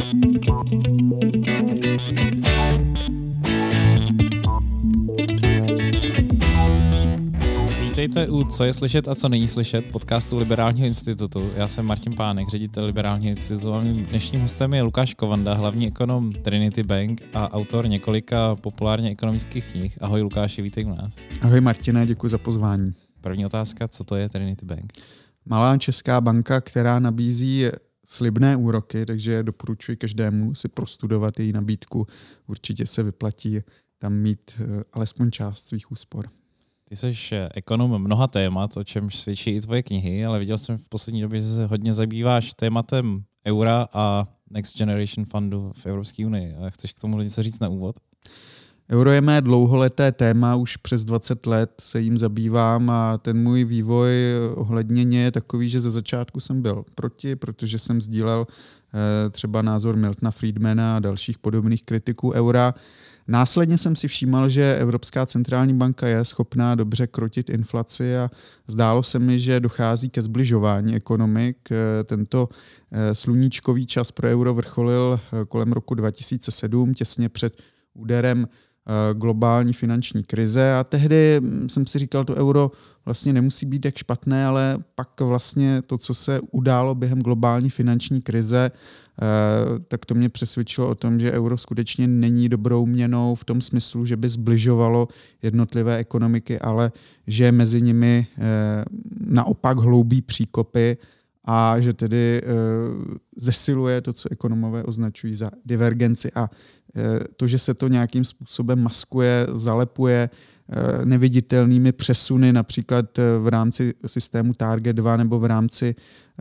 Vítejte u Co je slyšet a co není slyšet, podcastu Liberálního institutu. Já jsem Martin Pánek, ředitel Liberálního institutu a mým dnešním hostem je Lukáš Kovanda, hlavní ekonom Trinity Bank a autor několika populárně ekonomických knih. Ahoj Lukáši, vítej u nás. Ahoj Martine, děkuji za pozvání. První otázka, co to je Trinity Bank? Malá česká banka, která nabízí slibné úroky, takže doporučuji každému si prostudovat její nabídku. Určitě se vyplatí tam mít alespoň část svých úspor. Ty jsi ekonom mnoha témat, o čemž svědčí i tvoje knihy, ale viděl jsem v poslední době, že se hodně zabýváš tématem eura a Next Generation Fundu v Evropské unii. Chceš k tomu něco říct na úvod? Euro je mé dlouholeté téma, už přes 20 let se jím zabývám a ten můj vývoj ohledně něj je takový, že ze začátku jsem byl proti, protože jsem sdílel třeba názor Miltona Friedmana a dalších podobných kritiků eura. Následně jsem si všímal, že Evropská centrální banka je schopná dobře krotit inflaci a zdálo se mi, že dochází ke sbližování ekonomik. Tento sluníčkový čas pro euro vrcholil kolem roku 2007, těsně před úderem globální finanční krize a tehdy jsem si říkal, to euro vlastně nemusí být tak špatné, ale pak vlastně to, co se událo během globální finanční krize, tak to mě přesvědčilo o tom, že euro skutečně není dobrou měnou v tom smyslu, že by sbližovalo jednotlivé ekonomiky, ale že mezi nimi naopak hloubí příkopy a že tedy zesiluje to, co ekonomové označují za divergenci a to, že se to nějakým způsobem maskuje, zalepuje neviditelnými přesuny, například v rámci systému Target 2 nebo v rámci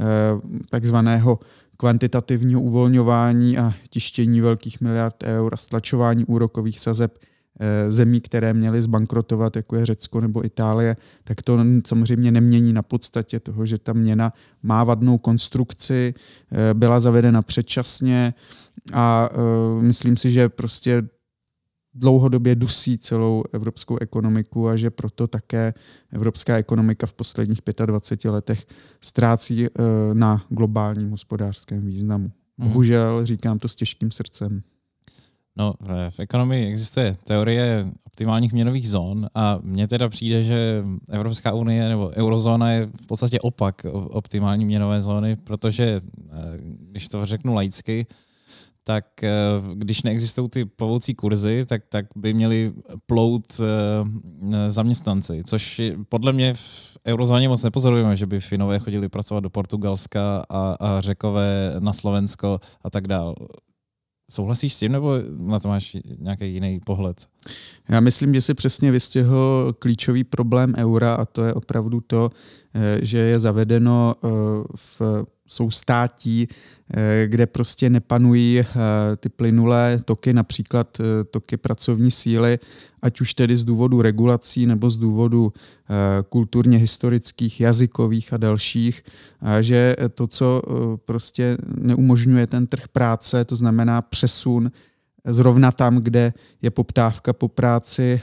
takzvaného kvantitativního uvolňování a tištění velkých miliard eur a stlačování úrokových sazeb zemí, které měly zbankrotovat, jako je Řecko nebo Itálie, tak to samozřejmě nemění na podstatě toho, že ta měna má vadnou konstrukci, byla zavedena předčasně a myslím si, že prostě dlouhodobě dusí celou evropskou ekonomiku a že proto také evropská ekonomika v posledních 25 letech ztrácí na globálním hospodářském významu. Bohužel říkám to s těžkým srdcem. No, v ekonomii existuje teorie optimálních měnových zón a mně teda přijde, že Evropská unie nebo eurozóna je v podstatě opak optimální měnové zóny, protože, když to řeknu laicky, tak když neexistují ty plovoucí kurzy, tak by měli plout zaměstnanci, což podle mě v eurozóně moc nepozorujeme, že by Finové chodili pracovat do Portugalska a Řekové na Slovensko a tak dál. Souhlasíš s tím, nebo na to máš nějaký jiný pohled? Já myslím, že si přesně vystihl klíčový problém eura a to je opravdu to, že je zavedeno v soustátí, kde prostě nepanují ty plynulé toky, například toky pracovní síly, ať už tedy z důvodu regulací nebo z důvodu kulturně historických, jazykových a dalších, a že to, co prostě neumožňuje ten trh práce, to znamená přesun zrovna tam, kde je poptávka po práci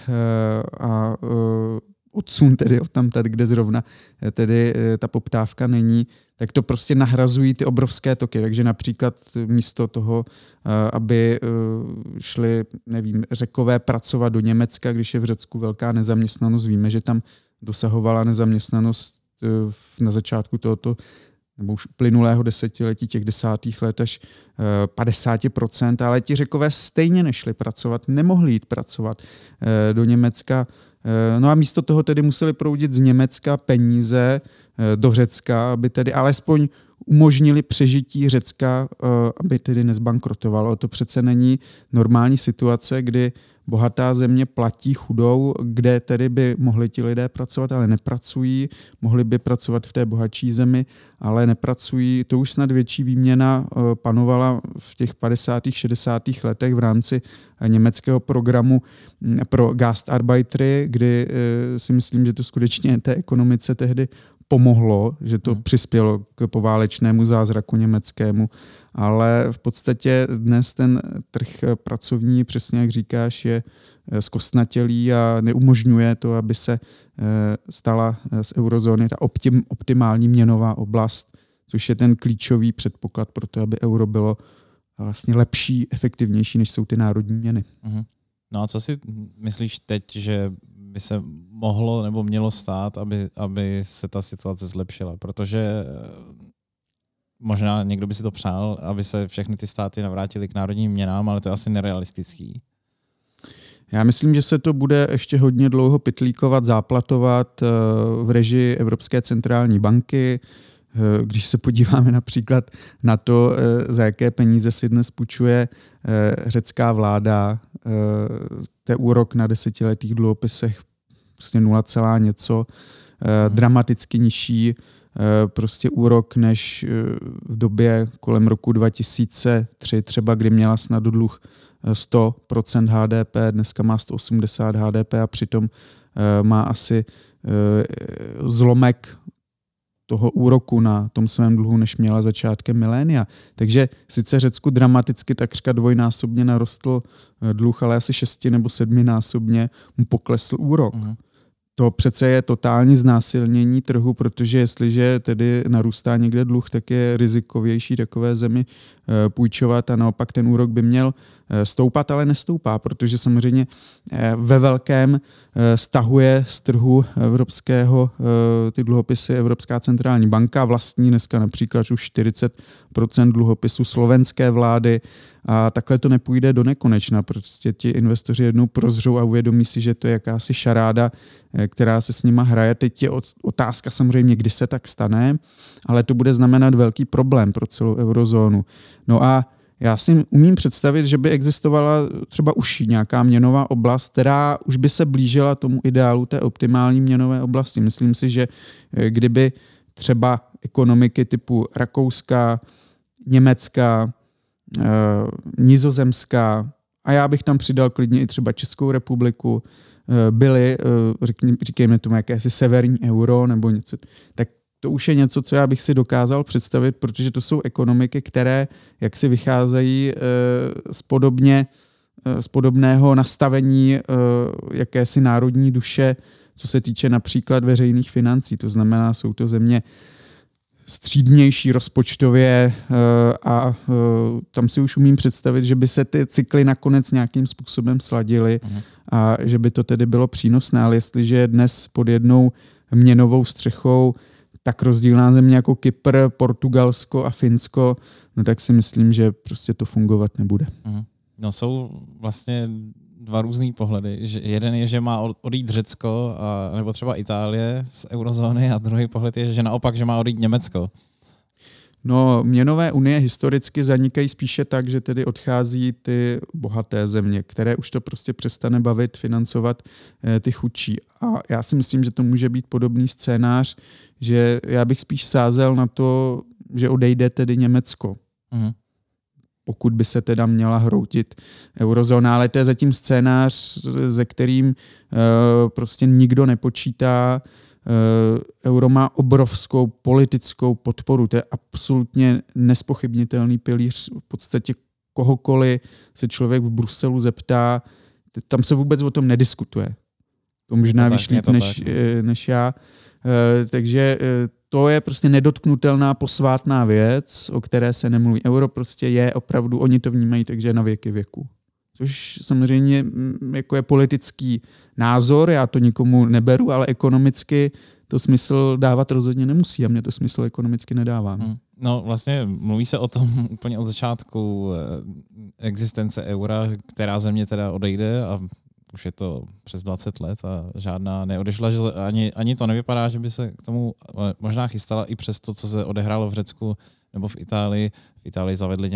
a odsun tedy odtamtud, kde zrovna tedy ta poptávka není, tak to prostě nahrazují ty obrovské toky. Takže například místo toho, aby šli, Řekové pracovat do Německa, když je v Řecku velká nezaměstnanost, víme, že tam dosahovala nezaměstnanost na začátku tohoto nebo už uplynulého desetiletí, těch 10. let až 50%, ale ti Řekové stejně nešli pracovat, nemohli jít pracovat do Německa. No a místo toho tedy museli proudit z Německa peníze do Řecka, aby tedy alespoň umožnili přežití Řecka, aby tedy nezbankrotovalo. To přece není normální situace, kdy bohatá země platí chudou, kde tedy by mohli ti lidé pracovat, ale nepracují, mohli by pracovat v té bohatší zemi, ale nepracují. To už snad větší výměna panovala v těch 50. 60. letech v rámci německého programu pro Gastarbeitery, kdy si myslím, že to skutečně té ekonomice tehdy pomohlo, že to přispělo k poválečnému zázraku německému, ale v podstatě dnes ten trh pracovní, přesně jak říkáš, je zkostnatělý a neumožňuje to, aby se stala z eurozóny ta optimální měnová oblast, což je ten klíčový předpoklad pro to, aby euro bylo vlastně lepší, efektivnější, než jsou ty národní měny. No a co si myslíš teď, že by se mohlo nebo mělo stát, aby se ta situace zlepšila? Protože možná někdo by si to přál, aby se všechny ty státy navrátily k národním měnám, ale to je asi nerealistický. Já myslím, že se to bude ještě hodně dlouho pytlíkovat, záplatovat v režii Evropské centrální banky. Když se podíváme například na to, za jaké peníze si dnes půjčuje řecká vláda, to je úrok na 10letých dluhopisech prostě 0, něco, dramaticky nižší prostě úrok než v době kolem roku 2003, třeba kdy měla snad dluh 100% HDP, dneska má 180 HDP a přitom má asi zlomek toho úroku na tom svém dluhu, než měla začátkem milénia. Takže sice Řecku dramaticky takřka dvojnásobně narostl dluh, ale asi 6 nebo 7násobně mu poklesl úrok. To přece je totální znásilnění trhu, protože jestliže tedy narůstá někde dluh, tak je rizikovější takové zemi půjčovat a naopak ten úrok by měl stoupat, ale nestoupá, protože samozřejmě ve velkém stahuje z trhu evropského ty dluhopisy Evropská centrální banka, vlastní dneska například už 40% dluhopisů slovenské vlády a takhle to nepůjde do nekonečna. Prostě ti investoři jednou prozřou a uvědomí si, že to je jakási šaráda, která se s nima hraje. Teď je otázka samozřejmě, kdy se tak stane, ale to bude znamenat velký problém pro celou eurozónu. No a já si umím představit, že by existovala třeba už nějaká měnová oblast, která už by se blížila tomu ideálu té optimální měnové oblasti. Myslím si, že kdyby třeba ekonomiky typu Rakouska, Německa, Nizozemská, a já bych tam přidal klidně i třeba Českou republiku, byly, říkejme tomu, jakési severní euro nebo něco, tak to už je něco, co já bych si dokázal představit, protože to jsou ekonomiky, které jak si vycházejí z podobného nastavení jakési národní duše, co se týče například veřejných financí. To znamená, jsou to země střídnější rozpočtově a tam si už umím představit, že by se ty cykly nakonec nějakým způsobem sladily a že by to tedy bylo přínosné, ale jestliže je dnes pod jednou měnovou střechou tak rozdílná země jako Kypr, Portugalsko a Finsko, no tak si myslím, že prostě to fungovat nebude. No jsou vlastně dva různý pohledy. Jeden je, že má odejít Řecko nebo třeba Itálie z eurozóny a druhý pohled je, že naopak, že má odejít Německo. No, měnové unie historicky zanikají spíše tak, že tedy odchází ty bohaté země, které už to prostě přestane bavit financovat ty chudší. A já si myslím, že to může být podobný scénář, že já bych spíš sázel na to, že odejde tedy Německo. Pokud by se teda měla hroutit eurozóna, ale to je zatím scénář, ze kterým prostě nikdo nepočítá. Euro má obrovskou politickou podporu. To je absolutně nespochybnitelný pilíř. V podstatě kohokoliv se člověk v Bruselu zeptá, tam se vůbec o tom nediskutuje. To možná víš líp než já. Takže to je prostě nedotknutelná posvátná věc, o které se nemluví. Euro prostě je opravdu, oni to vnímají, takže na věky věku. Což samozřejmě jako je politický názor, já to nikomu neberu, ale ekonomicky to smysl dávat rozhodně nemusí a mě to smysl ekonomicky nedává. No vlastně mluví se o tom úplně od začátku existence eura, která země teda odejde a už je to přes 20 let a žádná neodešla, že ani to nevypadá, že by se k tomu možná chystala i přes to, co se odehrálo v Řecku nebo v Itálii. V Itálii zavedli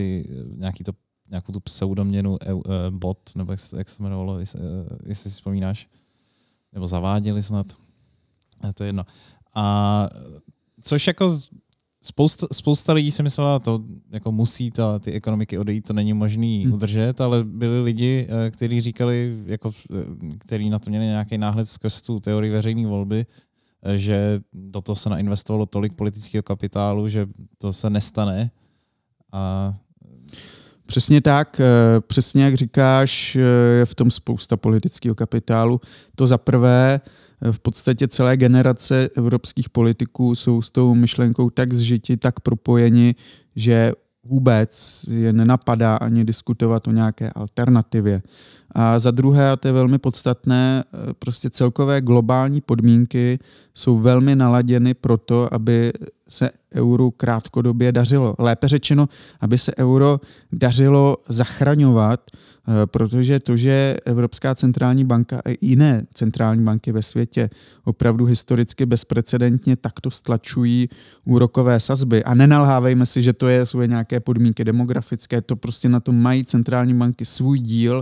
nějakou tu pseudoměnu bot, nebo jak se to jmenovalo, jestli si vzpomínáš, nebo zaváděli snad, to je jedno. A což jako spousta lidí si myslela, to jako musí ty ekonomiky odejít, to není možný udržet, ale byli lidi, kteří říkali, jako, kteří na to měli nějaký náhled skrz tu teorii veřejné volby, že do toho se nainvestovalo tolik politického kapitálu, že to se nestane. A přesně tak, přesně jak říkáš, je v tom spousta politického kapitálu. To za prvé, v podstatě celé generace evropských politiků jsou s tou myšlenkou tak zžiti, tak propojeni, že vůbec je nenapadá ani diskutovat o nějaké alternativě. A za druhé, a to je velmi podstatné, prostě celkové globální podmínky jsou velmi naladěny pro to, aby se euru krátkodobě dařilo. Lépe řečeno, aby se euro dařilo zachraňovat, protože to, že Evropská centrální banka a i jiné centrální banky ve světě opravdu historicky bezprecedentně takto stlačují úrokové sazby. A nenalhávejme si, že to jsou nějaké podmínky demografické, to prostě na tom mají centrální banky svůj díl,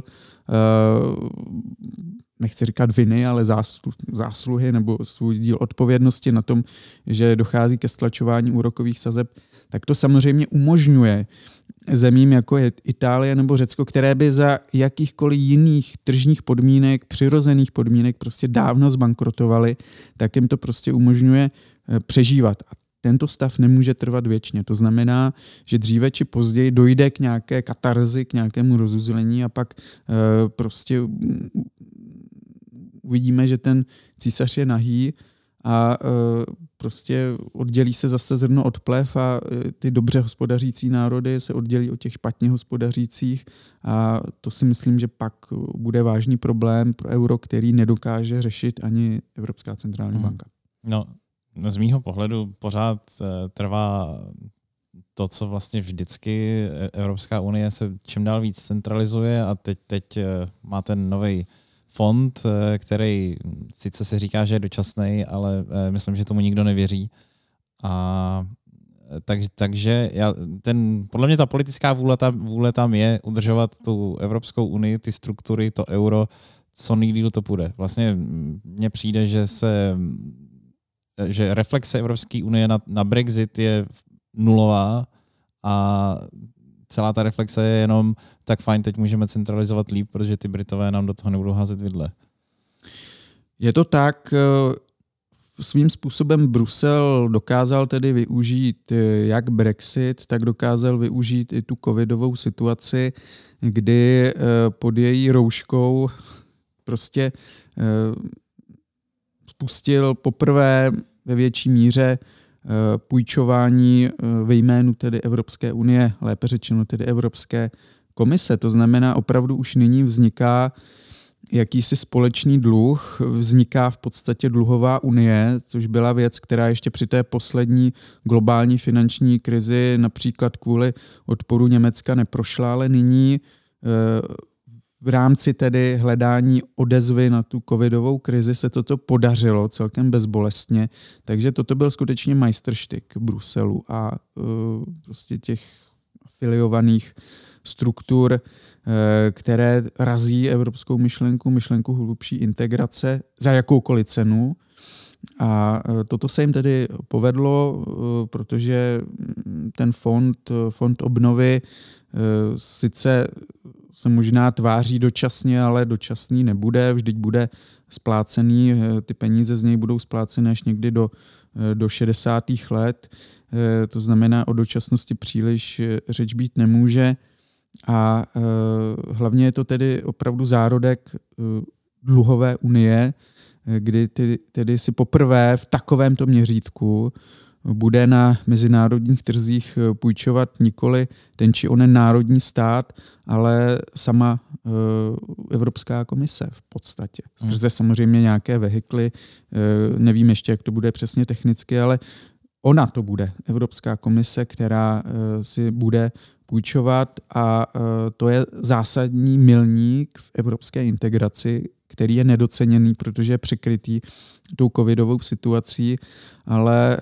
nechci říkat viny, ale zásluhy nebo svůj díl odpovědnosti na tom, že dochází ke stlačování úrokových sazeb, tak to samozřejmě umožňuje zemím, jako je Itálie nebo Řecko, které by za jakýchkoliv jiných tržních podmínek, přirozených podmínek prostě dávno zbankrotovaly, tak jim to prostě umožňuje přežívat. A tento stav nemůže trvat věčně. To znamená, že dříve či později dojde k nějaké katarzi, k nějakému rozuzlení a pak prostě uvidíme, že ten císař je nahý a prostě oddělí se zase zrno od plev a ty dobře hospodařící národy se oddělí od těch špatně hospodařících a to si myslím, že pak bude vážný problém pro euro, který nedokáže řešit ani Evropská centrální banka. No, z mýho pohledu pořád trvá to, co vlastně vždycky Evropská unie se čím dál víc centralizuje a teď má ten nový fond, který sice se říká, že je dočasný, ale myslím, že tomu nikdo nevěří. A takže podle mě ta politická vůle tam je udržovat tu Evropskou unii, ty struktury, to euro, co nejdýl to půjde. Vlastně mně přijde, že reflexe Evropské unie na Brexit je nulová a celá ta reflexe je jenom tak fajn, teď můžeme centralizovat líp, protože ty Britové nám do toho nebudou házet vidle. Je to tak, svým způsobem Brusel dokázal tedy využít jak Brexit, tak dokázal využít i tu covidovou situaci, kdy pod její rouškou prostě spustil poprvé ve větší míře půjčování ve jménu tedy Evropské unie, lépe řečeno tedy Evropské komise. To znamená, opravdu už nyní vzniká jakýsi společný dluh, vzniká v podstatě dluhová unie, což byla věc, která ještě při té poslední globální finanční krizi například kvůli odporu Německa neprošla, ale nyní v rámci tedy hledání odezvy na tu covidovou krizi se toto podařilo celkem bezbolestně, takže toto byl skutečně majstrštyk Bruselu a prostě těch afiliovaných struktur, které razí evropskou myšlenku hlubší integrace za jakoukoliv cenu. A toto se jim tedy povedlo, protože ten fond obnovy sice se možná tváří dočasně, ale dočasný nebude, vždyť bude splácený, ty peníze z něj budou spláceny až někdy do 60. let, to znamená o dočasnosti příliš řeč být nemůže a hlavně je to tedy opravdu zárodek dluhové unie, kdy tedy si poprvé v takovémto měřítku bude na mezinárodních trzích půjčovat nikoli ten či onen národní stát, ale sama Evropská komise v podstatě. Skrze samozřejmě nějaké vehikly, nevím ještě, jak to bude přesně technicky, ale ona to bude, Evropská komise, která si bude půjčovat a to je zásadní milník v evropské integraci, který je nedoceněný, protože je překrytý tou covidovou situací, ale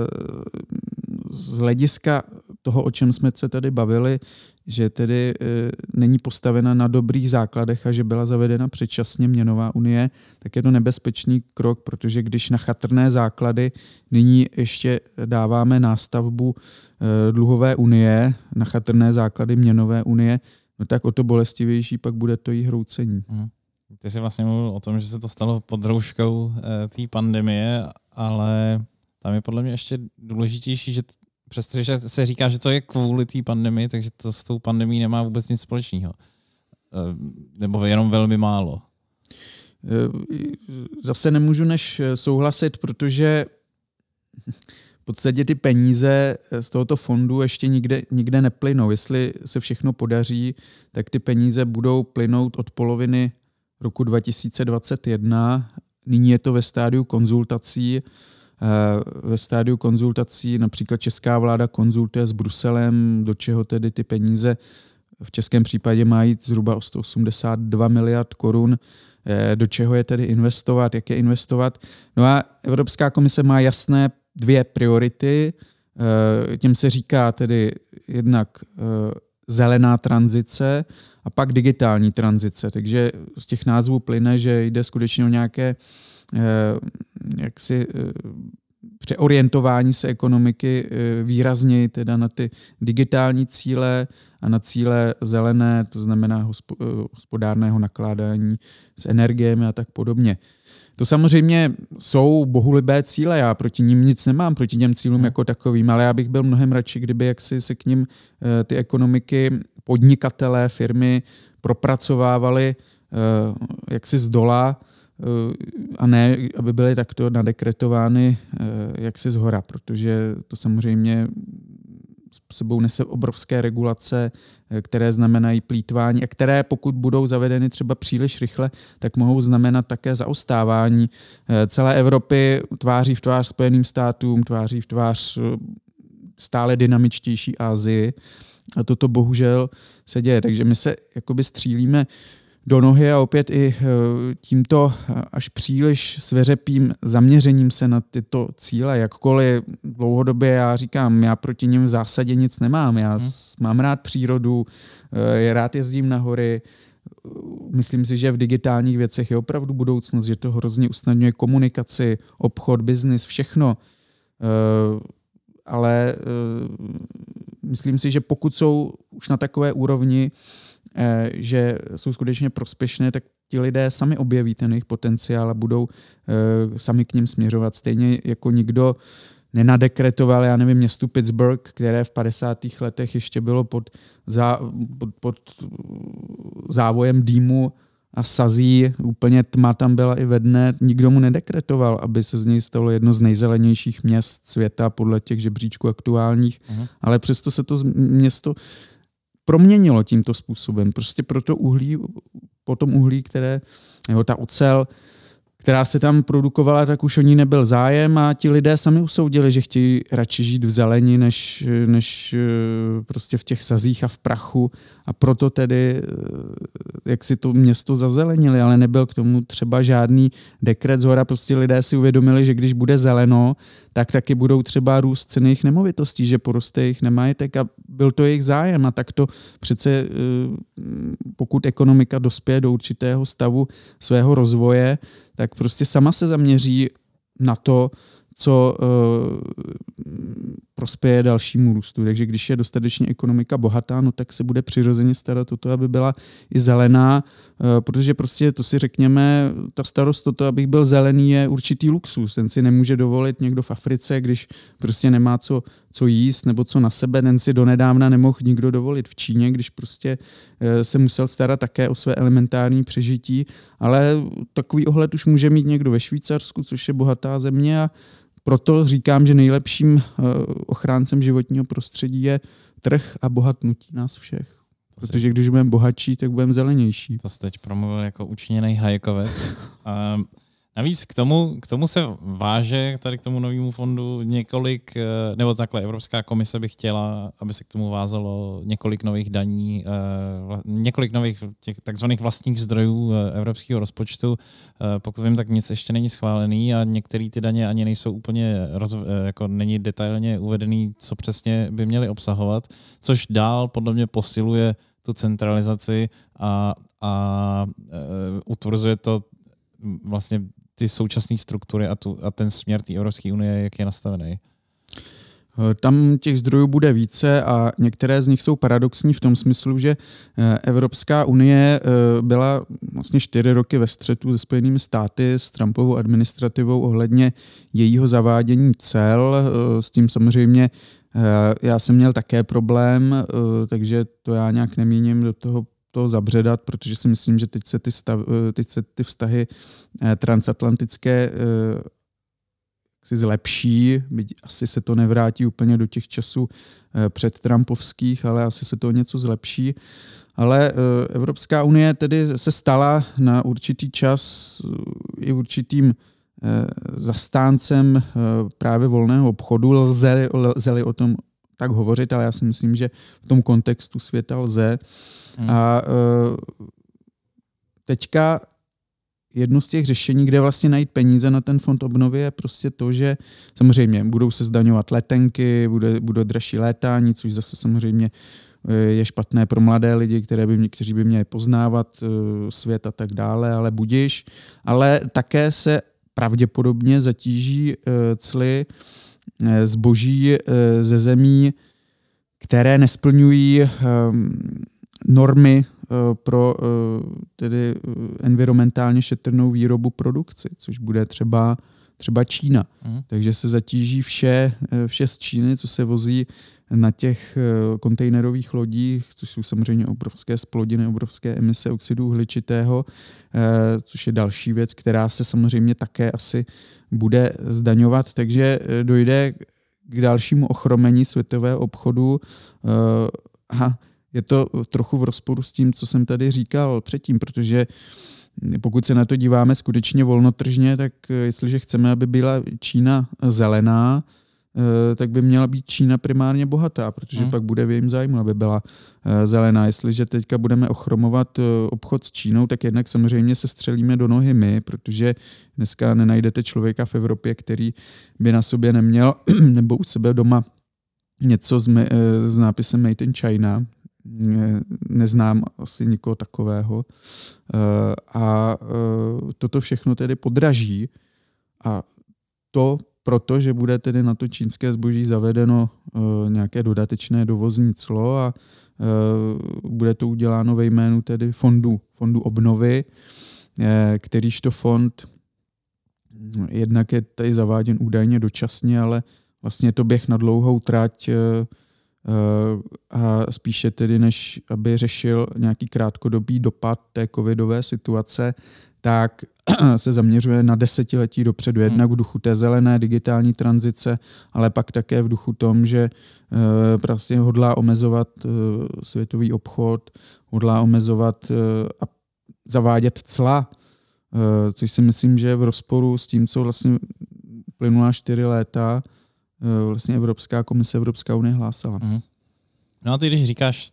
z hlediska toho, o čem jsme se tady bavili, že tedy není postavena na dobrých základech a že byla zavedena předčasně měnová unie, tak je to nebezpečný krok, protože když na chatrné základy nyní ještě dáváme nástavbu dluhové unie, na chatrné základy měnové unie, no tak o to bolestivější pak bude to jí hroucení. Ty jsi vlastně mluvil o tom, že se to stalo pod rouškou té pandemie, ale tam je podle mě ještě důležitější, že přestože se říká, že to je kvůli té pandemii, takže to s tou pandemií nemá vůbec nic společného. Nebo jenom velmi málo. Zase nemůžu než souhlasit, protože v podstatě ty peníze z tohoto fondu ještě nikde neplynou. Jestli se všechno podaří, tak ty peníze budou plynout od poloviny roku 2021. Nyní je to ve stádiu konzultací. Ve stádiu konzultací například česká vláda konzultuje s Bruselem, do čeho tedy ty peníze v českém případě má jít zhruba o 182 miliard korun, do čeho je tedy investovat, jak je investovat. No a Evropská komise má jasné dvě priority. Těm se říká tedy jednak zelená tranzice a pak digitální tranzice. Takže z těch názvů plyne, že jde skutečně o nějaké přeorientování se ekonomiky výrazněji teda na ty digitální cíle a na cíle zelené, to znamená hospodárného nakládání s energiemi a tak podobně. To samozřejmě jsou bohulibé cíle, já proti nim nic nemám, proti těm cílům jako takovým, ale já bych byl mnohem radši, kdyby jaksi se k nim ty ekonomiky, podnikatelé, firmy propracovávaly jaksi zdola, a ne, aby byly takto nadekretovány jaksi zhora, protože to samozřejmě sebou nese obrovské regulace, které znamenají plýtvání a které, pokud budou zavedeny třeba příliš rychle, tak mohou znamenat také zaostávání celé Evropy tváří v tvář Spojeným státům, tváří v tvář stále dynamičtější Asii. A toto bohužel se děje. Takže my se jakoby střílíme do nohy a opět i tímto až příliš sveřepým zaměřením se na tyto cíle, jakkoliv dlouhodobě já říkám, já proti nim v zásadě nic nemám. Já mám rád přírodu, rád jezdím na hory, myslím si, že v digitálních věcech je opravdu budoucnost, že to hrozně usnadňuje komunikaci, obchod, biznis, všechno. Ale myslím si, že pokud jsou už na takové úrovni, že jsou skutečně prospěšné, tak ti lidé sami objeví ten jejich potenciál a budou sami k ním směřovat. Stejně jako nikdo nenadekretoval, já nevím, městu Pittsburgh, které v 50. letech ještě bylo pod závojem dýmu a sazí, úplně tma tam byla i ve dne, nikdo mu nedekretoval, aby se z něj stalo jedno z nejzelenějších měst světa podle těch žebříčků aktuálních, ale přesto se to město proměnilo tímto způsobem. Prostě po tom uhlí, nebo ta ocel, která se tam produkovala, tak už o ní nebyl zájem a ti lidé sami usoudili, že chtějí radši žít v zelení, než prostě v těch sazích a v prachu. A proto tedy, jak si to město zazelenili, ale nebyl k tomu třeba žádný dekret zhora. Prostě lidé si uvědomili, že když bude zeleno, tak taky budou třeba růst ceny jejich nemovitostí, že poroste jejich nemajetek a byl to jejich zájem. A tak to přece, pokud ekonomika dospěje do určitého stavu svého rozvoje, tak prostě sama se zaměří na to, co prospěje dalšímu růstu. Takže když je dostatečně ekonomika bohatá, no tak se bude přirozeně starat o to, aby byla i zelená, protože prostě to si řekněme, ta starost o to, abych byl zelený, je určitý luxus. Ten si nemůže dovolit někdo v Africe, když prostě nemá co jíst nebo co na sebe. Ten si donedávna nemohl nikdo dovolit v Číně, když prostě se musel starat také o své elementární přežití, ale takový ohled už může mít někdo ve Švýcarsku, což je bohatá země a proto říkám, že nejlepším ochráncem životního prostředí je trh a bohatnutí nás všech. Protože když budeme bohatší, tak budeme zelenější. To jste teď promluvil jako učiněnej Hayekovec. Navíc k tomu se váže tady k tomu novému fondu několik, nebo takhle Evropská komise by chtěla, aby se k tomu vázalo několik nových daní, několik nových těch takzvaných vlastních zdrojů evropského rozpočtu. Pokud vím, tak nic ještě není schválený a některé ty daně ani nejsou úplně, jako není detailně uvedený, co přesně by měly obsahovat, což dál podle mě posiluje tu centralizaci a utvrzuje to vlastně ty současné struktury a ten směr té Evropské unie, jak je nastavený? Tam těch zdrojů bude více a některé z nich jsou paradoxní v tom smyslu, že Evropská unie byla vlastně 4 roky ve střetu se Spojenými státy, s Trumpovou administrativou ohledně jejího zavádění cel. S tím samozřejmě já jsem měl také problém, takže to já nějak nemíním do toho zabředat, protože si myslím, že teď se ty vztahy transatlantické si zlepší, byť asi se to nevrátí úplně do těch časů předtrumpovských, ale asi se to něco zlepší. Ale Evropská unie tedy se stala na určitý čas i určitým zastáncem právě volného obchodu. Lze-li o tom tak hovořit, ale já si myslím, že v tom kontextu světa lze. A teďka jedno z těch řešení, kde vlastně najít peníze na ten fond obnovy, je prostě to, že samozřejmě budou se zdaňovat letenky, bude dražší létání, což zase samozřejmě je špatné pro mladé lidi, kteří by měli poznávat svět a tak dále, ale budiš. Ale také se pravděpodobně zatíží cly zboží ze zemí, které nesplňují normy pro tedy environmentálně šetrnou výrobu produkci, což bude třeba Čína. Takže se zatíží vše z Číny, co se vozí na těch kontejnerových lodích, což jsou samozřejmě obrovské zplodiny, obrovské emise oxidu uhličitého, což je další věc, která se samozřejmě také asi bude zdaňovat. Takže dojde k dalšímu ochromení světového obchodu. Je to trochu v rozporu s tím, co jsem tady říkal předtím, protože pokud se na to díváme skutečně volnotržně, tak jestliže chceme, aby byla Čína zelená, tak by měla být Čína primárně bohatá, protože pak bude v jejím zájmu, aby byla zelená. Jestliže teďka budeme ochromovat obchod s Čínou, tak jednak samozřejmě se střelíme do nohy my, protože dneska nenajdete člověka v Evropě, který by na sobě neměl nebo u sebe doma něco s nápisem Made in China. Neznám asi nikoho takového. A toto všechno tedy podraží. A to proto, že bude tedy na to čínské zboží zavedeno nějaké dodatečné dovozní clo a bude to uděláno ve jménu tedy fondu obnovy, kterýž to fond jednak je tady zaváděn údajně dočasně, ale vlastně je to běh na dlouhou trať a spíše tedy, než aby řešil nějaký krátkodobý dopad té covidové situace, tak se zaměřuje na desetiletí dopředu. Jednak v duchu té zelené digitální tranzice, ale pak také v duchu tom, že prostě hodlá omezovat světový obchod, hodlá omezovat a zavádět cla, což si myslím, že je v rozporu s tím, co vlastně plynulá 4 léta vlastně Evropská komise, Evropská unie hlásala. No a ty, když říkáš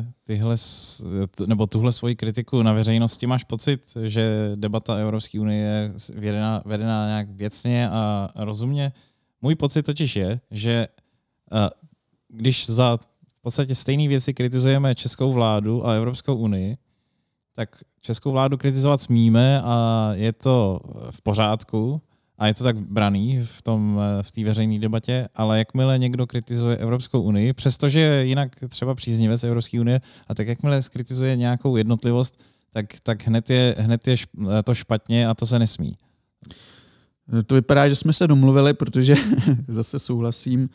tuhle svoji kritiku na veřejnosti, máš pocit, že debata Evropské unie je vedená nějak věcně a rozumně? Můj pocit totiž je, že když za v podstatě stejné věci kritizujeme českou vládu a Evropskou unii, tak českou vládu kritizovat smíme a je to v pořádku, a je to tak braný v té veřejné debatě, ale jakmile někdo kritizuje Evropskou unii, přestože je jinak třeba příznivec Evropské unie, a tak jakmile kritizuje nějakou jednotlivost, tak hned je to špatně a to se nesmí. To vypadá, že jsme se domluvili, protože zase souhlasím.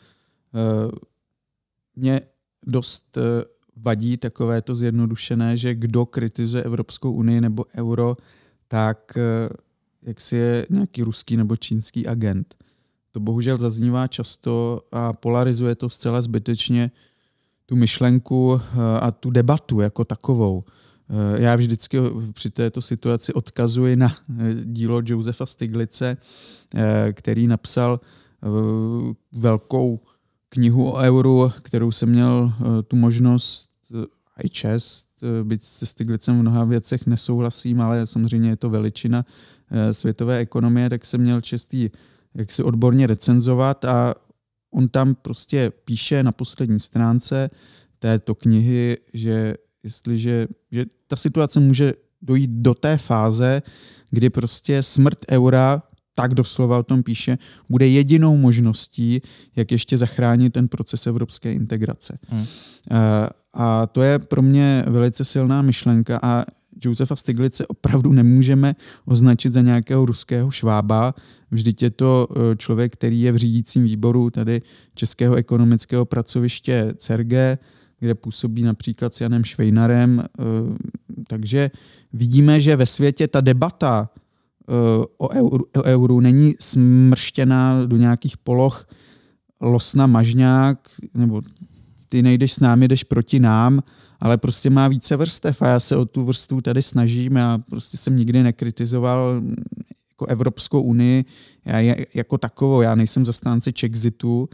Mě dost vadí takové to zjednodušené, že kdo kritizuje Evropskou unii nebo euro, tak jak si je nějaký ruský nebo čínský agent. To bohužel zaznívá často a polarizuje to zcela zbytečně tu myšlenku a tu debatu jako takovou. Já vždycky při této situaci odkazuji na dílo Josefa Stiglice, který napsal velkou knihu o euru, kterou jsem měl tu možnost i čest, byť se Stiglicem v mnoha věcech nesouhlasím, ale samozřejmě je to veličina světové ekonomie, tak jsem měl čest jak si odborně recenzovat a on tam prostě píše na poslední stránce této knihy, že že ta situace může dojít do té fáze, kdy prostě smrt eura, tak doslova o tom píše, bude jedinou možností, jak ještě zachránit ten proces evropské integrace. A to je pro mě velice silná myšlenka a Josefa Stiglice opravdu nemůžeme označit za nějakého ruského švába. Vždyť je to člověk, který je v řídícím výboru tady Českého ekonomického pracoviště CERGE, kde působí například s Janem Švejnarem. Takže vidíme, že ve světě ta debata o euru není smrštěná do nějakých poloh losna mažňák, nebo ty nejdeš s námi, jdeš proti nám, ale prostě má více vrstev a já se o tu vrstvu tady snažím. Já prostě jsem nikdy nekritizoval jako Evropskou unii jako takovou. Já nejsem zastánce Czexitu.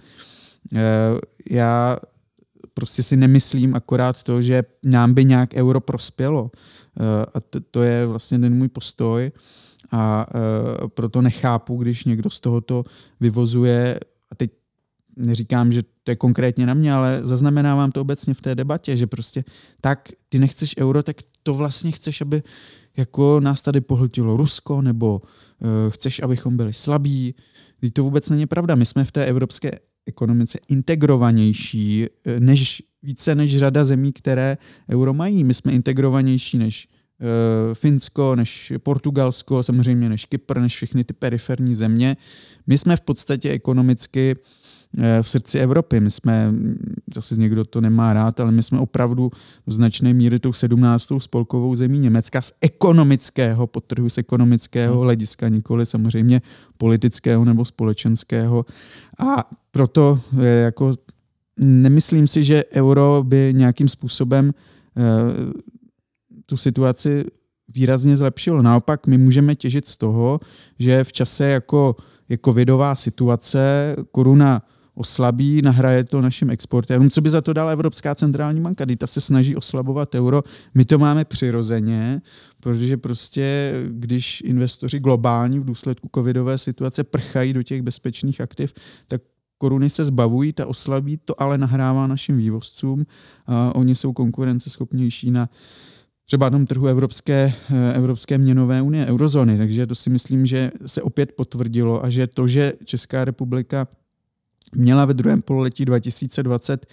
Já prostě si nemyslím akorát to, že nám by nějak euro prospělo. A to je vlastně ten můj postoj. A proto nechápu, když někdo z tohoto vyvozuje, a teď neříkám, že to je konkrétně na mě, ale zaznamenávám to obecně v té debatě, že prostě tak ty nechceš euro, tak to vlastně chceš, aby jako nás tady pohltilo Rusko, nebo chceš, abychom byli slabí. To vůbec není pravda. My jsme v té evropské ekonomice integrovanější více než řada zemí, které euro mají. My jsme integrovanější než Finsko, než Portugalsko, samozřejmě než Kypr, než všechny ty periferní země. My jsme v podstatě ekonomicky v srdci Evropy. My jsme, zase někdo to nemá rád, ale my jsme opravdu v značné míře tou 17. spolkovou zemí Německa z ekonomického, podtrhuji z ekonomického hlediska, nikoli samozřejmě politického nebo společenského. A proto jako nemyslím si, že euro by nějakým způsobem tu situaci výrazně zlepšilo. Naopak my můžeme těžit z toho, že v čase jako je covidová situace, koruna oslabí, nahraje to našim exportérům. Co by za to dala Evropská centrální banka? Ta se snaží oslabovat euro. My to máme přirozeně, protože prostě, když investoři globální v důsledku covidové situace prchají do těch bezpečných aktiv, tak koruny se zbavují, ta oslabí, to ale nahrává našim vývozcům. A oni jsou konkurenceschopnější na třeba na trhu Evropské měnové unie, eurozóny. Takže to si myslím, že se opět potvrdilo a že to, že Česká republika měla ve druhém pololetí 2020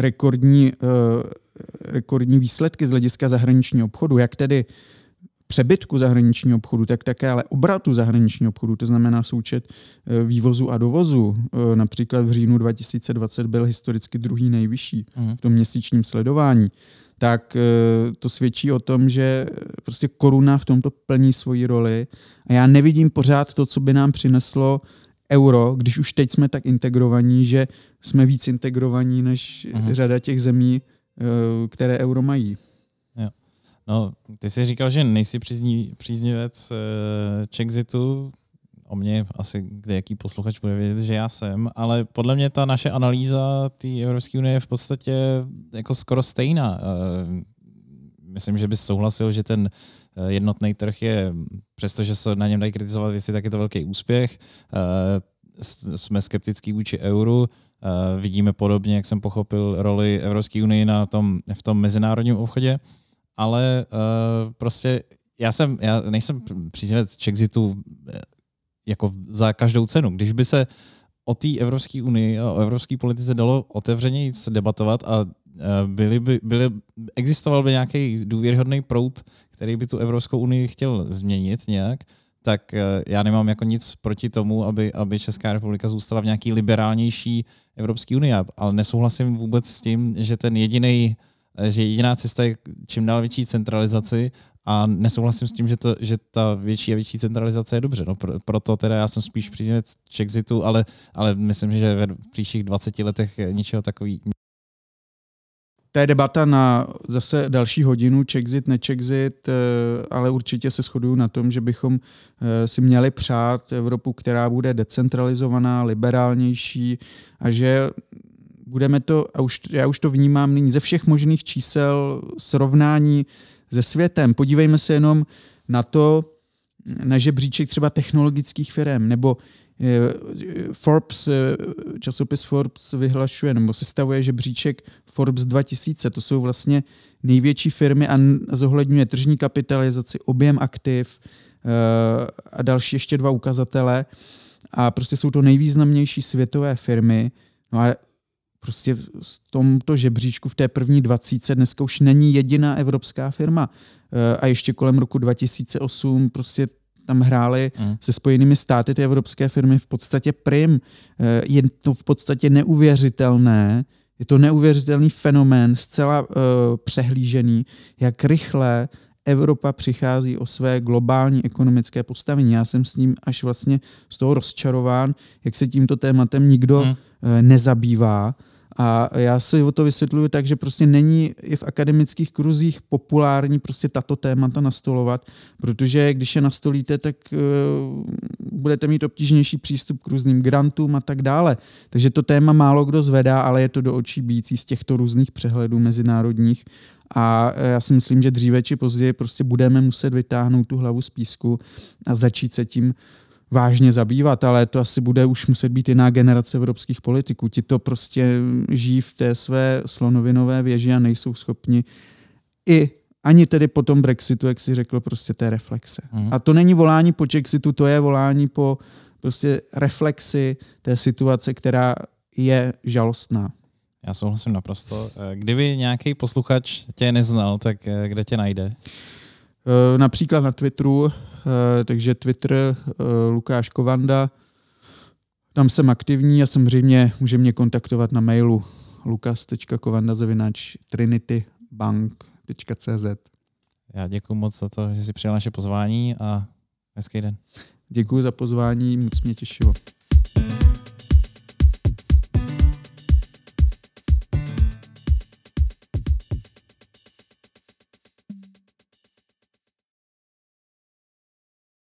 rekordní výsledky z hlediska zahraničního obchodu, jak tedy přebytku zahraničního obchodu, tak také ale obratu zahraničního obchodu, to znamená součet vývozu a dovozu. Například v říjnu 2020 byl historicky druhý nejvyšší v tom měsíčním sledování. Tak to svědčí o tom, že prostě koruna v tomto plní svoji roli a já nevidím pořád to, co by nám přineslo euro, když už teď jsme tak integrovaní, že jsme víc integrovaní než řada těch zemí, které euro mají. Jo. No, ty jsi říkal, že nejsi příznivec Czexitu. O mě asi kdejaký posluchač bude vědět, že já jsem, ale podle mě ta naše analýza té Evropské unie je v podstatě jako skoro stejná. Myslím, že bys souhlasil, že ten jednotný trh je, přestože se na něm dají kritizovat věci, tak je to velký úspěch. Jsme skeptický vůči euru. Vidíme podobně, jak jsem pochopil, roli Evropské unie v tom mezinárodním obchodě, ale prostě já nejsem příznivec Czexitu jako za každou cenu. Když by se o té Evropské unii a o evropské politice dalo otevřeně debatovat a existoval by nějaký důvěryhodný proud, který by tu Evropskou unii chtěl změnit nějak, tak já nemám jako nic proti tomu, aby Česká republika zůstala v nějaký liberálnější Evropské unii, ale nesouhlasím vůbec s tím, že jediná cesta je čím dál větší centralizaci a nesouhlasím s tím, že ta větší a větší centralizace je dobře. No, proto teda já jsem spíš příznivec Czexitu, ale myslím, že v příštích 20 letech ničeho takový. To je debata na zase další hodinu, Czexit, ne-Czexit, ale určitě se shoduju na tom, že bychom si měli přát Evropu, která bude decentralizovaná, liberálnější a že budeme to, a já už to vnímám nyní ze všech možných čísel, srovnání se světem. Podívejme se jenom na na žebříček třeba technologických firm, nebo Forbes, časopis Forbes vyhlašuje nebo sestavuje žebříček Forbes 2000. To jsou vlastně největší firmy a zohledňuje tržní kapitalizaci, objem aktiv a další ještě 2 ukazatele. A prostě jsou to nejvýznamnější světové firmy. No a prostě v tomto žebříčku v té první 20 dneska už není jediná evropská firma. A ještě kolem roku 2008 prostě tam hrály se Spojenými státy ty evropské firmy v podstatě prim. Je to v podstatě neuvěřitelné, je to neuvěřitelný fenomén, zcela přehlížený, jak rychle Evropa přichází o své globální ekonomické postavení. Já jsem s ním až vlastně z toho rozčarován, jak se tímto tématem nikdo nezabývá. A já si o to vysvětluji tak, že prostě není i v akademických kruzích populární prostě tato témata nastolovat, protože když je nastolíte, tak budete mít obtížnější přístup k různým grantům a tak dále. Takže to téma málo kdo zvedá, ale je to do očí bijící z těchto různých přehledů mezinárodních. A já si myslím, že dříve či později prostě budeme muset vytáhnout tu hlavu z písku a začít se tím vážně zabývat, ale to asi bude už muset být jiná generace evropských politiků. Ti to prostě žijí v té své slonovinové věži a nejsou schopni ani tedy po tom Brexitu, jak si řekl, prostě té reflexe. A to není volání po Chexitu, to je volání po prostě reflexi té situace, která je žalostná. Já souhlasím naprosto. Kdyby nějaký posluchač tě neznal, tak kde tě najde? Například na Twitteru, takže Twitter Lukáš Kovanda, tam jsem aktivní a samozřejmě může mě kontaktovat na mailu lukas.kovanda@trinitybank.cz. Já děkuji moc za to, že jsi přijal naše pozvání a hezký den. Děkuji za pozvání, moc mě těšilo.